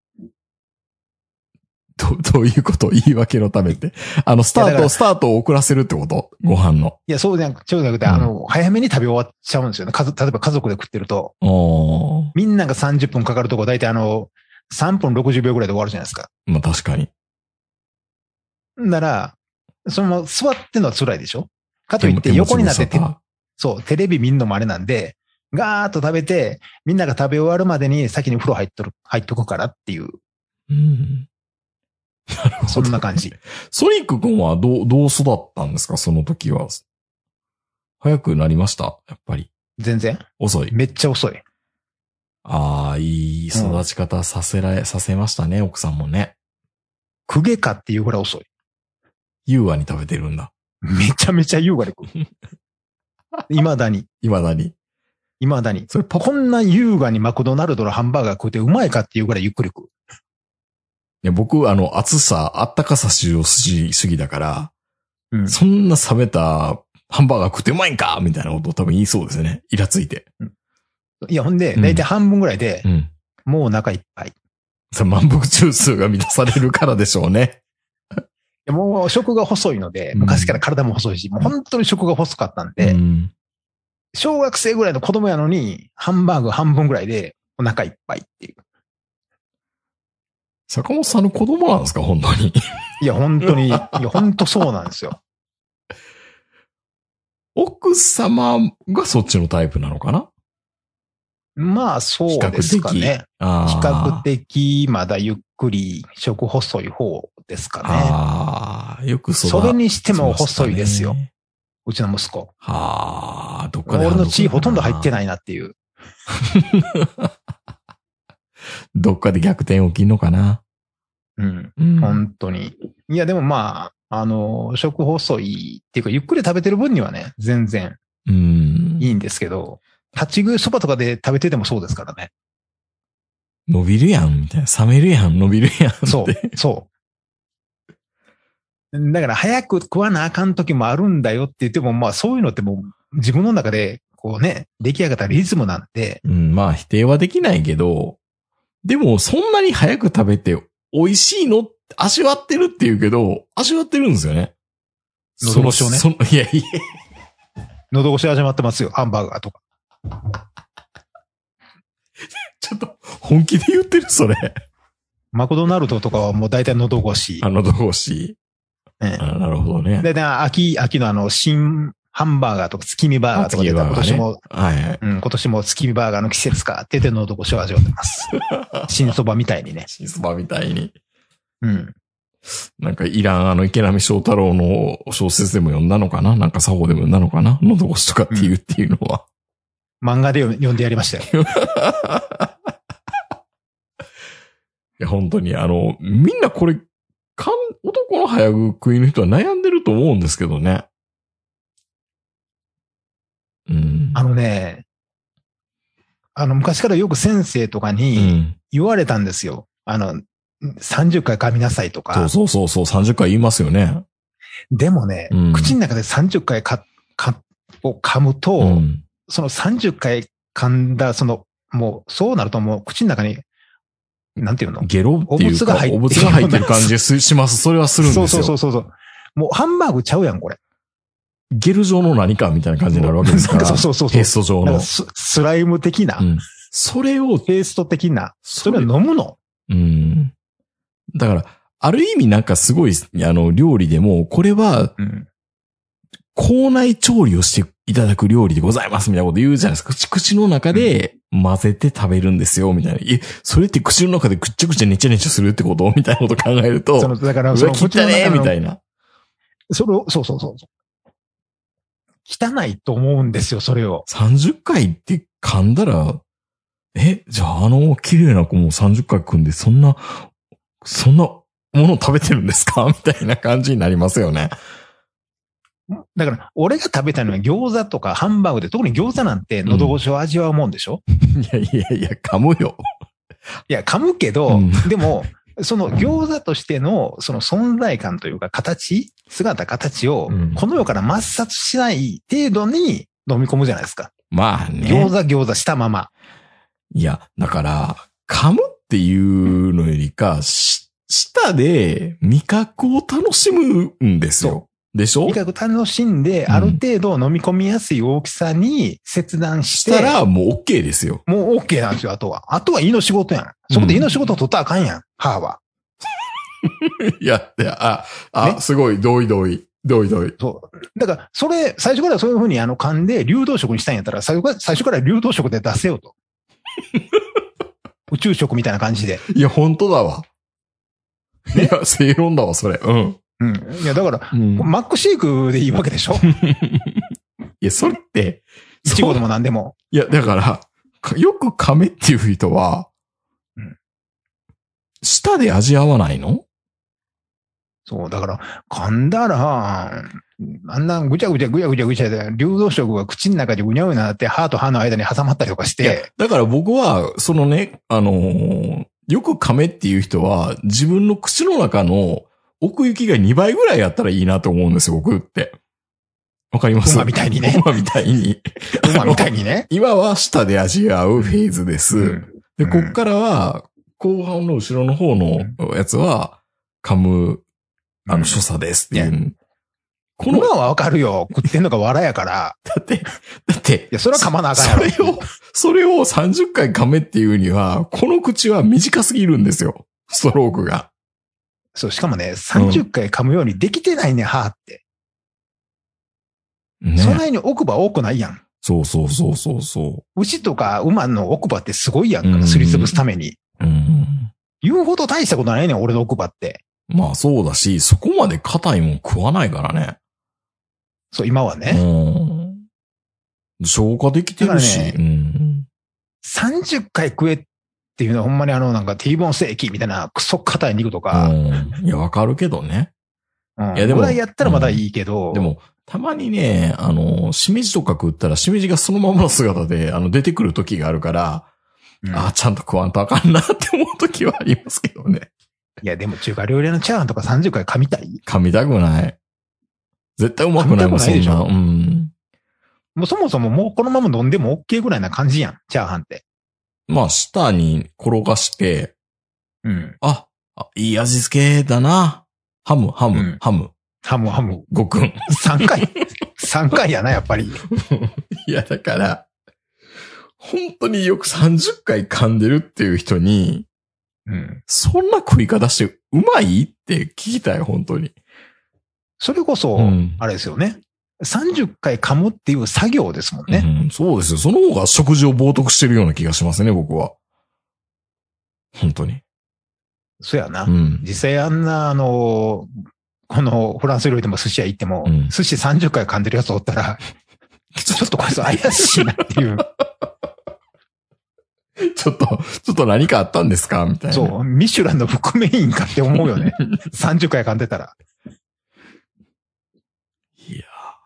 ど, どういうこと言い訳のためって。あの、スタート、スタートを遅らせるってことご飯の。 いや、そうじゃなくて、そうじゃなくて、うん、あの、早めに食べ終わっちゃうんですよね。例えば家族で食ってると。みんながさんじゅっぷんかかるとこ、だいたいあの、さんぷんろくじゅうびょうぐらいで終わるじゃないですか。 まあ確かに。 なら、そのまま座ってんのは辛いでしょ？かといって横になってて、そう、テレビ見んのもあれなんで、ガーッと食べて、みんなが食べ終わるまでに先に風呂入っとる、入っとくからっていう。 うんなるほど。そんな感じ。 ソニック君はどう、どう育ったんですかその時は。早くなりましたやっぱり。 全然。 遅い。 めっちゃ遅い。 ああ、いい育ち方させられ、うん、させましたね、奥さんもね。 公家かっていうぐらい遅い。 優雅に食べてるんだ。 めちゃめちゃ優雅で食う。未だに。 未だに。 未だに。それこんな優雅にマクドナルドのハンバーガー食うてうまいかっていうぐらいゆっくり食う。 いや僕、あの、暑さ、あったかさ主義だから、うん、そんな冷めたハンバーガー食ってうまいんかみたいなことを多分言いそうですね。イラついて。 うん、いや、ほんで、だいたい半分ぐらいで、うん、もうお腹いっぱい。 それ満腹中枢が満たされるからでしょうね。 いやもう食が細いので、昔から体も細いし、うん、もう本当に食が細かったんで、うん、小学生ぐらいの子供やのに、ハンバーグ半分ぐらいでお腹いっぱいっていう。 坂本さんの子供なんですか本当に。 いや、本当に、いや、本当そうなんですよ。 奥様がそっちのタイプなのかな？ まあ、そうですかね。比較的、まだゆっくり食細い方ですかね。 ああ、よくそう。 それにしても細いですよ。うちの息子。 はあ、どっかで。 俺の血ほとんど入ってないなっていう。 どっかで逆転起きんのかな。 うん。うん、本当に。いや、でもまあ、あの、食細いっていうか、ゆっくり食べてる分にはね、全然いいんですけど、立ち食いそばとかで食べててもそうですからね。 伸びるやん、みたいな。冷めるやん、伸びるやんって。 そう、そう。だから早く食わなあかん時もあるんだよって言っても、まあそういうのってもう自分の中で、 こうね、出来上がったリズムなんで。 うん、まあ否定はできないけど、でもそんなに早く食べて美味しいの味わってるって言うけど、味わってるんですよね。 喉越しをね。 その、いやいや。 喉越し始まってますよ、ハンバーガーとか。 ちょっと、本気で言ってるそれ。 マクドナルドとかはもう大体喉越し。 あ、喉越し。 ね、 あ、なるほどね。 で、秋、秋のあの、新ハンバーガーとか月見バーガーとか出たら今年も、 はいはい、 うん、今年も月見バーガーの季節かって言って喉越しを味わってます。新そばみたいにね。 新そばみたいに。 うん。 なんかいらん、あの池波正太郎の小説でも読んだのかな、なんか作法でも読んだのかな、喉越しとかっていうっていうのは。 うん、漫画で読んでやりましたよ。 いや、本当にあの、みんなこれ、かん、男の早食いの人は悩んでると思うんですけどね。うん。 あのね、あの、昔からよく先生とかに言われたんですよ。うん、あの、さんじゅっかい噛みなさいとか。 そうそうそうそう、さんじゅっかい言いますよね。 でもね、うん、口の中でさんじゅっかいか、か、を噛むと、うん、そのさんじゅっかい噛んだ、その、もう、そうなるともう口の中に、なんていうの？ ゲロっていうか、お物が入ってる感じします。それはするんですよ。 そうそうそうそう。もうハンバーグちゃうやん、これ。 ゲル状の何かみたいな感じになるわけですから。 そうそうそう。 ペースト状の。 ス, スライム的な、うん。 それを。 ペースト的な。それを飲むの。 うん。だから、ある意味なんかすごい、あの、料理でも、これは、うん、口内調理をしていただく料理でございますみたいなこと言うじゃないですか。口、口の中で混ぜて食べるんですよ、みたいな。え、それって口の中でくっちゃくちゃねちゃねちゃするってことみたいなこと考えると。 その、だから、その口の中みたいな。 それを、そうそうそう。汚いと思うんですよ、それを。 さんじゅっかいって噛んだら、え、じゃああの綺麗な子もさんじゅっかい噛んで、そんな、そんなものを食べてるんですかみたいな感じになりますよね。 だから、俺が食べたのは餃子とかハンバーグで、特に餃子なんて喉越しを味わうもんでしょ、 うん、いやいやいや、噛むよ。 いや、噛むけど、うん、でも、その餃子としてのその存在感というか形、姿形をこの世から抹殺しない程度に飲み込むじゃないですか。 まあね。 餃子餃子したまま。 いや、だから、噛むっていうのよりか、し、舌で味覚を楽しむんですよ。でしょ？ 味覚楽しんで、ある程度飲み込みやすい大きさに切断して。 したらもう OK ですよ。 もう OK なんですよ、あとは。あとは胃の仕事やん。そこで胃の仕事を取ったらあかんやん、歯は。 いや、いや、あ、あ、ね、すごい、同意同意。同意同意。 そう。だから、それ、最初からそういう風にあの噛んで流動食にしたんやったら、最初から、最初から流動食で出せよと。宇宙食みたいな感じで。 いや、本当だわ。ね、いや、正論だわ、それ。うん。 うん。いや、だから、うん、マックシェイクでいいわけでしょいや、それって。 いちごでも何でも。 いや、だから、よく噛めっていう人は、うん、舌で味合わないの？ そう、だから、噛んだら、あんなぐちゃぐちゃぐちゃぐちゃぐちゃで、流動食が口の中でぐにゃぐにゃなって、歯と歯の間に挟まったりとかして。 だから僕は、そのね、あのー、よく噛めっていう人は、自分の口の中の奥行きがにばいぐらいやったらいいなと思うんですよ、僕って。わかります？ 馬みたいにね。 馬みたいに。 馬みたいにね。 今は舌で味わうフェーズです。うん、で、こっからは、後半の後ろの方のやつは、噛む、あの、所作ですっていう。うん、 この馬はわかるよ。食ってんのが笑やから。 だって、だって。 いや、それは噛まなあかんやろ。 それを、それをさんじゅっかい噛めっていうには、この口は短すぎるんですよ。ストロークが。 そう、しかもね、さんじゅっかい噛むようにできてないね、歯って。ね。そんなに奥歯多くないやん。 そうそうそうそうそう。 牛とか馬の奥歯ってすごいやんか、すりつぶすために。うん。言うほど大したことないねん、俺の奥歯って。 まあそうだし、そこまで硬いもん食わないからね。 そう、今はね。 うん。消化できてるし。ね、うん、 さんじゅっかい食えっていうのはほんまにあのなんか T ボーンステーキみたいなクソ硬い肉とか。 うん。いや、わかるけどね。 うん。いやでも。ぐらいやったらまだいいけど。 うん、でも、たまにね、あの、しめじとか食ったらしめじがそのままの姿で、あの、出てくる時があるから、うん、ああ、ちゃんと食わんとあかんなって思う時はありますけどね。 いや、でも中華料理のチャーハンとかさんじゅっかい噛みたい？ 噛みたくない。絶対うまくないもん、そんな。うん。 もうそもそももうこのまま飲んでも OK ぐらいな感じやん、チャーハンって。 まあ、下に転がして、 うん。 あ、あいい味付けだな。ハム、ハム、うん、ハム。 ハム、ハム。 ごくん。 さんかい。さんかいやな、やっぱり。 いや、だから、本当によくさんじゅっかい噛んでるっていう人に、うん、そんな食い方してうまいって聞きたい、本当に。 それこそ、あれですよね。うん、さんじゅっかい噛むっていう作業ですもんね、 うん。そうですよ。その方が食事を冒涜してるような気がしますね、僕は。本当に。 そうやな。うん、実際あんな、あの、このフランス料理でも寿司屋行っても、うん、寿司さんじゅっかい噛んでるやつおったら、ちょっとこいつ怪しいなっていう。 ちょっと、ちょっと何かあったんですかみたいな。 そう、ミシュランの副メインかって思うよね。さんじゅっかい噛んでたら。 いや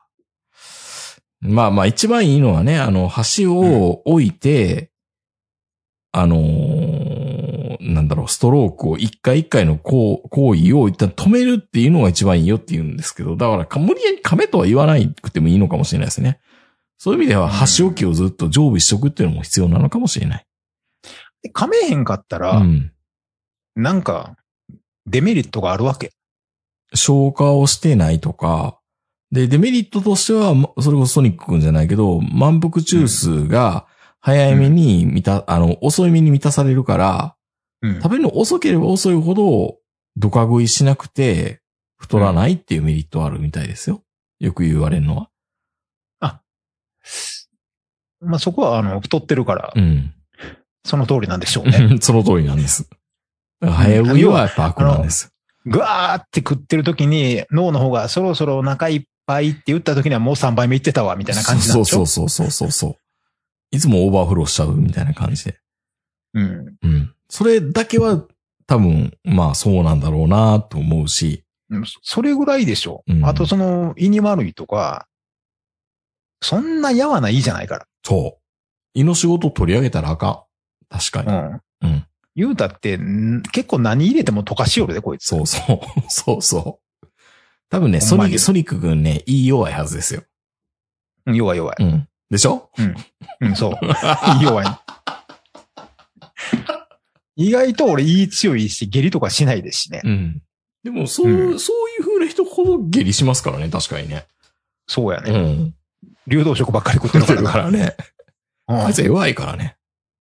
まあまあ一番いいのはね、あの、箸を置いて、うん、あのー、なんだろう、ストロークを一回一回の行為を一旦止めるっていうのが一番いいよって言うんですけど、だから無理やり噛めとは言わなくてもいいのかもしれないですね。そういう意味では箸置きをずっと常備しとくっていうのも必要なのかもしれない。 噛めへんかったら、うん、なんか、デメリットがあるわけ。 消化をしてないとか、で、デメリットとしては、それこそソニック君じゃないけど、満腹中枢が早めに満た、うん、あの、遅いめに満たされるから、うん、食べるの遅ければ遅いほど、ドカ食いしなくて、太らないっていうメリットあるみたいですよ。よく言われるのは。 あ、まあ、そこは、あの、太ってるから。 うん。 その通りなんでしょうね。 その通りなんです。早食いはやっぱ悪なんです。 ぐわーって食ってる時に脳の方がそろそろお腹いっぱいって言った時にはもうさんばいめいってたわみたいな感じなんでしょ。 そうそうそうそうそう。いつもオーバーフローしちゃうみたいな感じで。 うん。 うん。それだけは多分まあそうなんだろうなと思うし。 それぐらいでしょ。うん、あとその胃に悪いとか、そんなやわな胃じゃないから。 そう。胃の仕事取り上げたらあかん。確かに。うん。うん。 言うたって、結構何入れても溶かしよるで、こいつ。 そうそう。そうそう。多分ね、ソニ、ソニック君ね、いい弱いはずですよ。 弱い弱い。 うん。でしょ？ うん。うん、そう。弱い。意外と俺胃強いし、下痢とかしないですしね。 うん。でも、そう、うん、そういう風な人ほど下痢しますからね、確かにね。 そうやね。 うん。 流動食ばっかり食ってるからな。 からね。うん、あいつ弱いからね。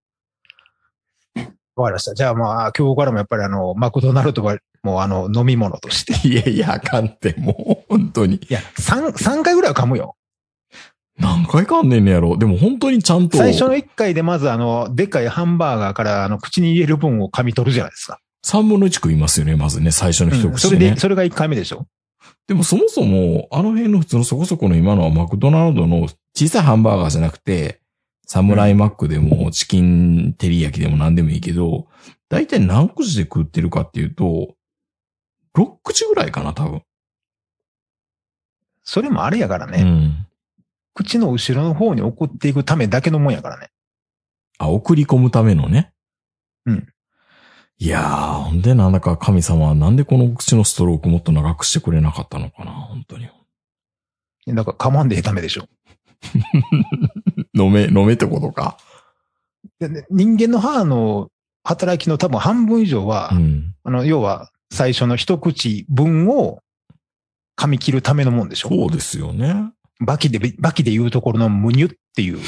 わかりました。じゃあまあ、今日からもやっぱりあの、マクドナルドはもうあの、飲み物として。 いやいや、あかんって、もう、本当に。いや、三、三回ぐらいは噛むよ。 何回噛んでんねやろ。でも本当にちゃんと。 最初の一回でまずあの、でっかいハンバーガーからあの、口に入れる分を噛み取るじゃないですか。 三分の一食いますよね、まずね、最初の一口、ねうん。 それで、それが一回目でしょ。 でもそもそも、あの辺の普通のそこそこの今のはマクドナルドの小さいハンバーガーじゃなくて、サムライマックでもチキン照り焼きでも何でもいいけど、だいたい何口で食ってるかっていうと、ろっ口ぐらいかな、多分。 それもあれやからね。 うん。 口の後ろの方に送っていくためだけのもんやからね。 あ、送り込むためのね。 うん。 いやー、ほんでなんだか神様はなんでこの口のストロークもっと長くしてくれなかったのかな、本当に。 だから噛まんでええためでしょ。 飲め、飲めってことか。 人間の歯の働きの多分半分以上は、うん、あの、要は最初の一口分を噛み切るためのもんでしょ。 そうですよね。 バキで、バキで言うところのムニュっていう。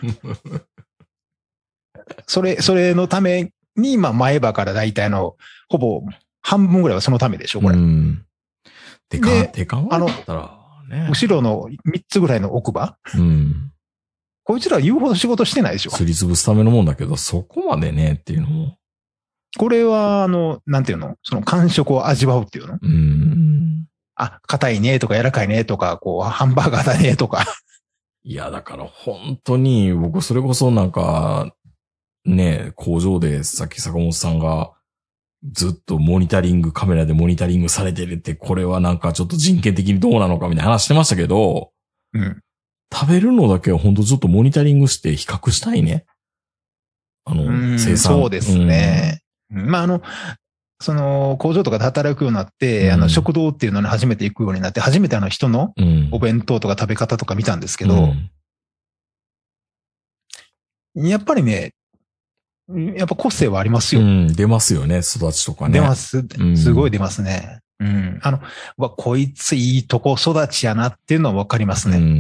それ、それのために、まあ前歯から大体の、ほぼ半分ぐらいはそのためでしょ、これ。うん。 てか、てか、あの、ね、 後ろのみっつぐらいの奥歯。 うん。 こいつら言うほど仕事してないでしょ。 すりつぶすためのもんだけど、そこまでねっていうのも。 これは、あの、なんていうのその感触を味わうっていうのうん。 あ、硬いねとか柔らかいねとか、こう、ハンバーガーだねとか。 いや、だから本当に、僕それこそなんか、ね、工場でさっき坂本さんが、ずっとモニタリング、カメラでモニタリングされてるって、これはなんかちょっと人権的にどうなのかみたいな話してましたけど、 うん。 食べるのだけは本当ちょっとモニタリングして比較したいね。あの、生産。 そうですね。うん、まあ、あの、その、工場とかで働くようになって、うん、あの、食堂っていうのに初めて行くようになって、初めてあの人のお弁当とか食べ方とか見たんですけど、うん、 やっぱりね、やっぱ個性はありますよ。 うん、出ますよね、育ちとかね。 出ます。すごい出ますね。うん。あの、わ、こいついいとこ育ちやなっていうのはわかりますね。うん。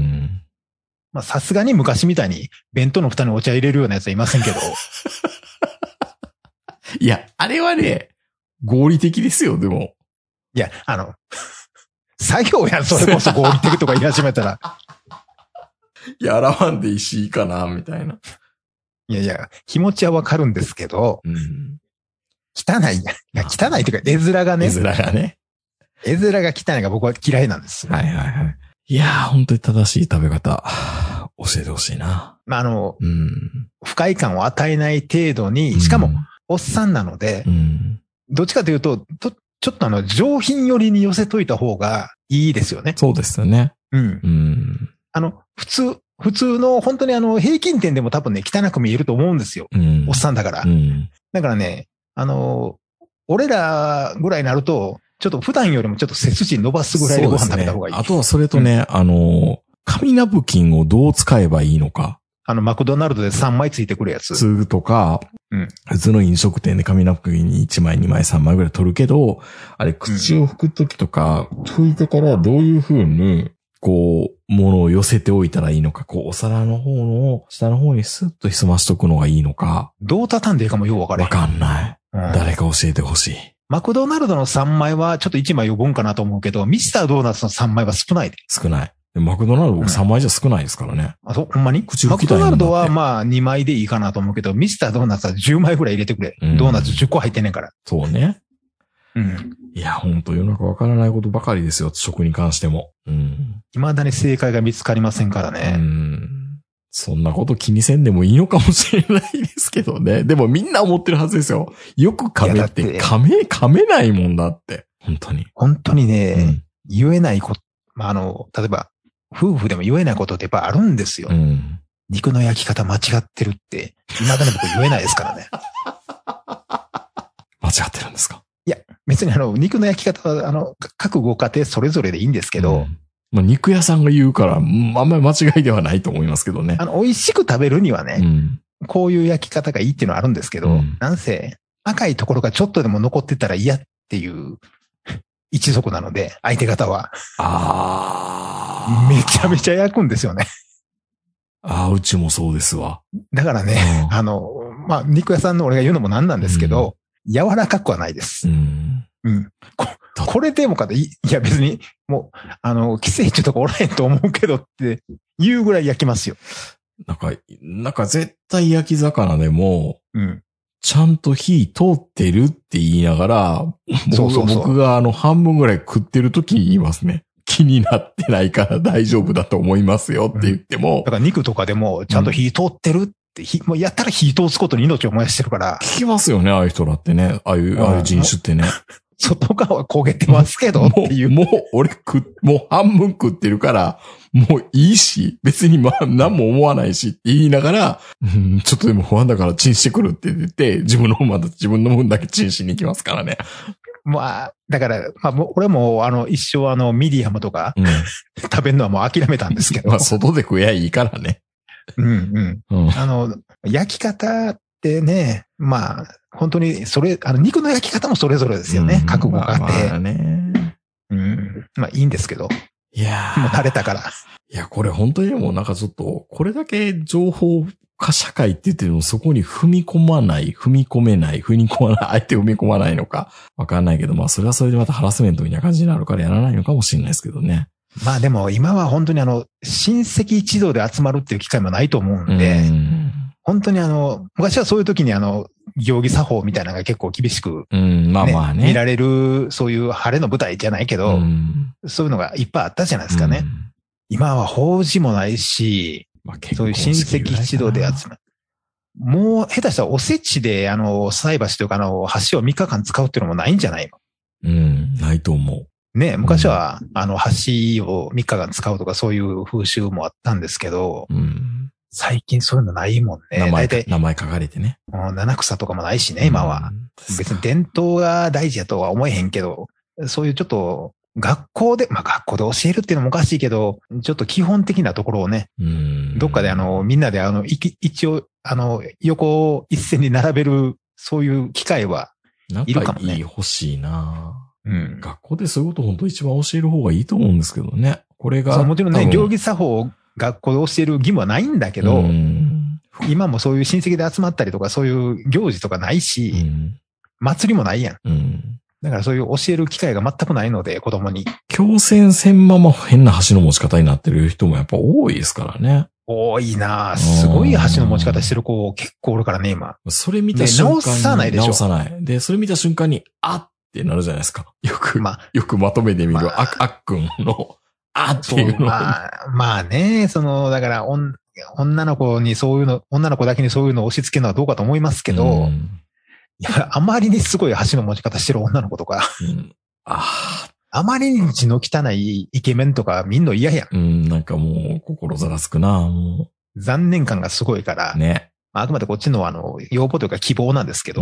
まあ、さすがに昔みたいに弁当の蓋にお茶入れるようなやつはいませんけど。 いや、あれはね、合理的ですよ、でも。 いや、あの、作業やん、それこそ合理的とか言い始めたら。 いや、洗わんでいいかな、みたいな。 いやいや、気持ちはわかるんですけど、うん、汚い。いや、汚いというか、絵面がね。 絵面がね。 絵面が汚いが僕は嫌いなんです。 はいはいはい。いやー、本当に正しい食べ方、教えてほしいな。 まあ、あの、うん、不快感を与えない程度に、しかも、おっさんなので、うん、どっちかというと、とちょっとあの、上品寄りに寄せといた方がいいですよね。 そうですよね。 うん。うん、あの、普通、普通の本当にあの、平均点でも多分ね、汚く見えると思うんですよ。うん、おっさんだから。うん、だからね、あの、俺らぐらいになると、ちょっと普段よりもちょっと背筋伸ばすぐらいでご飯食べた方がいい。 ね、あとはそれとね、うん、あの、紙ナプキンをどう使えばいいのか。 あの、マクドナルドでさんまいついてくるやつ。 つとか、うん、普通の飲食店で紙ナプキンにいちまい、にまい、さんまいぐらい取るけど、あれ、口を拭くときとか、うん、拭いてからどういう風に、こう、物を寄せておいたらいいのか、こう、お皿の方の、下の方にスッと潜ましとくのがいいのか。 どう畳んでいいかもよう分かれへん。 わかんない。うん、誰か教えてほしい。 マクドナルドのさんまいはちょっといちまい余分かなと思うけど、ミスタードーナツのさんまいは少ないで。 少ない。マクドナルド僕さんまいじゃ少ないですからね。 うん、あ、そう、ほんまに口拭きたいマクドナルドはまあにまいでいいかなと思うけど、ミスタードーナツはじゅうまいぐらい入れてくれ。うん、ドーナツじゅっこ入ってんねんから。 そうね。 うん。 いや、ほんと世の中わからないことばかりですよ、食に関しても。うん。 未だに正解が見つかりませんからね。 うん。そんなこと気にせんでもいいのかもしれないですけどね。でもみんな思ってるはずですよ。よく噛めって噛め、噛めないもんだって。本当に。 本当にね、うん、言えないこと、まあ、あの、例えば、夫婦でも言えないことってやっぱあるんですよ。うん、肉の焼き方間違ってるって、未だに僕言えないですからね。 間違ってるんですか？ いや、別にあの、肉の焼き方は、あの、各ご家庭それぞれでいいんですけど、うんまあ、肉屋さんが言うから、あんまり間違いではないと思いますけどね。 あの、美味しく食べるにはね、うん、こういう焼き方がいいっていうのはあるんですけど、うん、なんせ赤いところがちょっとでも残ってたら嫌っていう一族なので、相手方は。ああ。めちゃめちゃ焼くんですよね。 ああ、うちもそうですわ。 だからね、うん、あの、まあ、肉屋さんの俺が言うのもなんなんですけど、うん、柔らかくはないです。うんうん。こ, これでもかと、いや別に、もう、あの、寄生虫とかおらへんと思うけどって言うぐらい焼きますよ。 なんか、なんか絶対焼き魚でも、うん。ちゃんと火通ってるって言いながら、そうそうそう僕があの半分ぐらい食ってる時に言いますね。気になってないから大丈夫だと思いますよって言っても。うん、 だから肉とかでもちゃんと火通ってるって、うん、もうやったら火通すことに命を燃やしてるから。 聞きますよね、ああいう人だってね。ああいう、ああいう人種ってね。 外側は焦げてますけどっていう。 もう、もう俺食っ、もう半分食ってるから、もういいし、別にまあ何も思わないしって言いながら、うん、ちょっとでも不安だからチンしてくるって言って、自分のまだ自分の分だけチンしに行きますからね。 まあ、だから、まあ、俺もあの一生あのミディアムとか、うん、食べるのはもう諦めたんですけど。 まあ外で食えばいいからね。 うんうん。うん、あの、焼き方ってね、まあ、本当に、それ、あの、肉の焼き方もそれぞれですよね。うん、各ご家庭。まあね。うん。まあ、いいんですけど。 いやー。 もう慣れたから。 いや、これ本当にもうなんかちょっと、これだけ情報化社会って言ってもそこに踏み込まない、踏み込めない、踏み込まない、相手踏み込まないのか、わかんないけど、まあ、それはそれでまたハラスメントみたいな感じになるからやらないのかもしれないですけどね。 まあでも、今は本当にあの、親戚一同で集まるっていう機会もないと思うんで、うん本当にあの、昔はそういう時にあの、行儀作法みたいなのが結構厳しく、ね、うん、まあまあね。見られる、そういう晴れの舞台じゃないけど、うん、そういうのがいっぱいあったじゃないですかね。うん、今は法事もないし、まあ、そういう親戚一同で集まる。もう下手したらおせちであの、菜箸というかあの、箸をみっかかん使うっていうのもないんじゃないの？ うん、ないと思う。 ね、昔は、うん、あの、箸をみっかかん使うとかそういう風習もあったんですけど、うん最近そういうのないもんね。 名前、名前書かれてね。 七草とかもないしね、今は。別に伝統が大事やとは思えへんけど、そういうちょっと学校で、まあ学校で教えるっていうのもおかしいけど、ちょっと基本的なところをね、どっかであの、みんなであの、一応、あの、横を一線に並べる、そういう機会はいるかもね。 なんか欲しいなうん。 学校でそういうこと本当一番教える方がいいと思うんですけどね。これが。 そう、もちろんね、行儀作法を学校で教える義務はないんだけど、今もそういう親戚で集まったりとか、そういう行事とかないし、うん、祭りもないやん。うん、だからそういう教える機会が全くないので、子供に。 強制せんまま変な箸の持ち方になってる人もやっぱ多いですからね。 多いなぁ。すごい箸の持ち方してる子結構おるからね、今。 それ見た瞬間に。 直さないでしょ。 直さない。で、それ見た瞬間に、あってなるじゃないですか。よく、まあ、よくまとめてみる、まあ、あ、あっくんの、あっていうの。 まあ、まあね、その、だから、女の子にそういうの、女の子だけにそういうのを押し付けるのはどうかと思いますけど、うん、いや、あまりにすごい箸の持ち方してる女の子とか、うん、ああまりに血の汚いイケメンとか見んの嫌やん。 うん、なんかもう心ざらつくな、もう。残念感がすごいから、ね。あくまでこっちのあの、要望というか希望なんですけど、うん、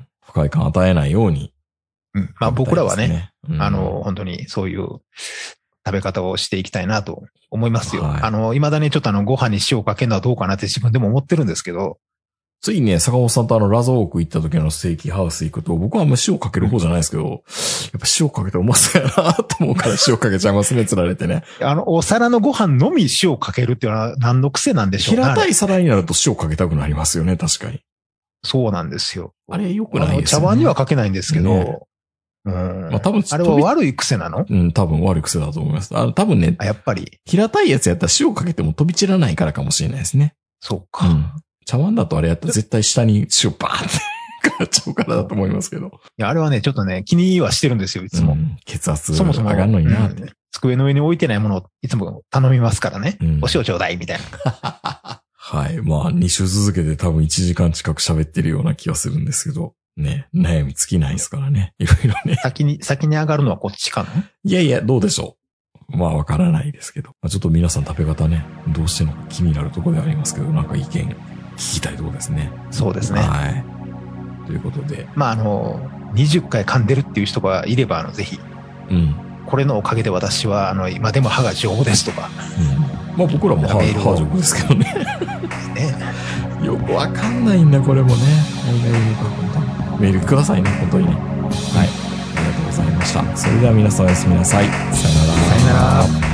不快感与えないように。 うん、まあ僕らはね、うん、あの、本当にそういう食べ方をしていきたいなと思いますよ。はい、あの、未だにちょっとあの、ご飯に塩をかけるのはどうかなって自分でも思ってるんですけど、 ついね、坂本さんとあの、ラザオーク行った時のステーキハウス行くと、僕はあんま塩かける方じゃないですけど、やっぱ塩かけてうまそうやなと思うから塩かけちゃいますね、釣られてね。 あの、お皿のご飯のみ塩かけるっていうのは何の癖なんでしょうね。 平たい皿になると塩かけたくなりますよね、確かに。 そうなんですよ。 あれ良くないですよね。 茶碗にはかけないんですけど、ね、うん。まあ多分、あれは悪い癖なの？ うん、多分悪い癖だと思います。あの、多分ね、 あ、やっぱり。 平たいやつやったら塩かけても飛び散らないからかもしれないですね。 そうか。うん。 茶碗だとあれやったら絶対下に塩バーンってかかっちゃうからだと思いますけど。いや、あれはね、ちょっとね、気にはしてるんですよ、いつも。うん、 血圧上がるのになって、うん。 机の上に置いてないものをいつも頼みますからね。うん、お塩ちょうだい、みたいな。 はい。まあ、に週続けて多分いちじかん近く喋ってるような気がするんですけど。ね。悩み尽きないですからね。いろいろね。 先に、先に上がるのはこっちかな？ いやいや、どうでしょう。まあ、わからないですけど。まあ、ちょっと皆さん食べ方ね、どうしても気になるところではありますけど、なんか意見聞きたいところですね。 そうですね。 はい。ということで。 まあ、あの、にじゅっかい噛んでるっていう人がいれば、あの、ぜひ。うん。これのおかげで私は、あの、今でも歯が丈夫ですとか。 うん。まあ、僕らも歯、歯丈夫ですけどね。ね。よくわかんないんだ、これもね。何がいいのか、本当に。メールくださいね、本当にね。はい。ありがとうございました。それでは皆さんおやすみなさい。さよなら。 さよなら。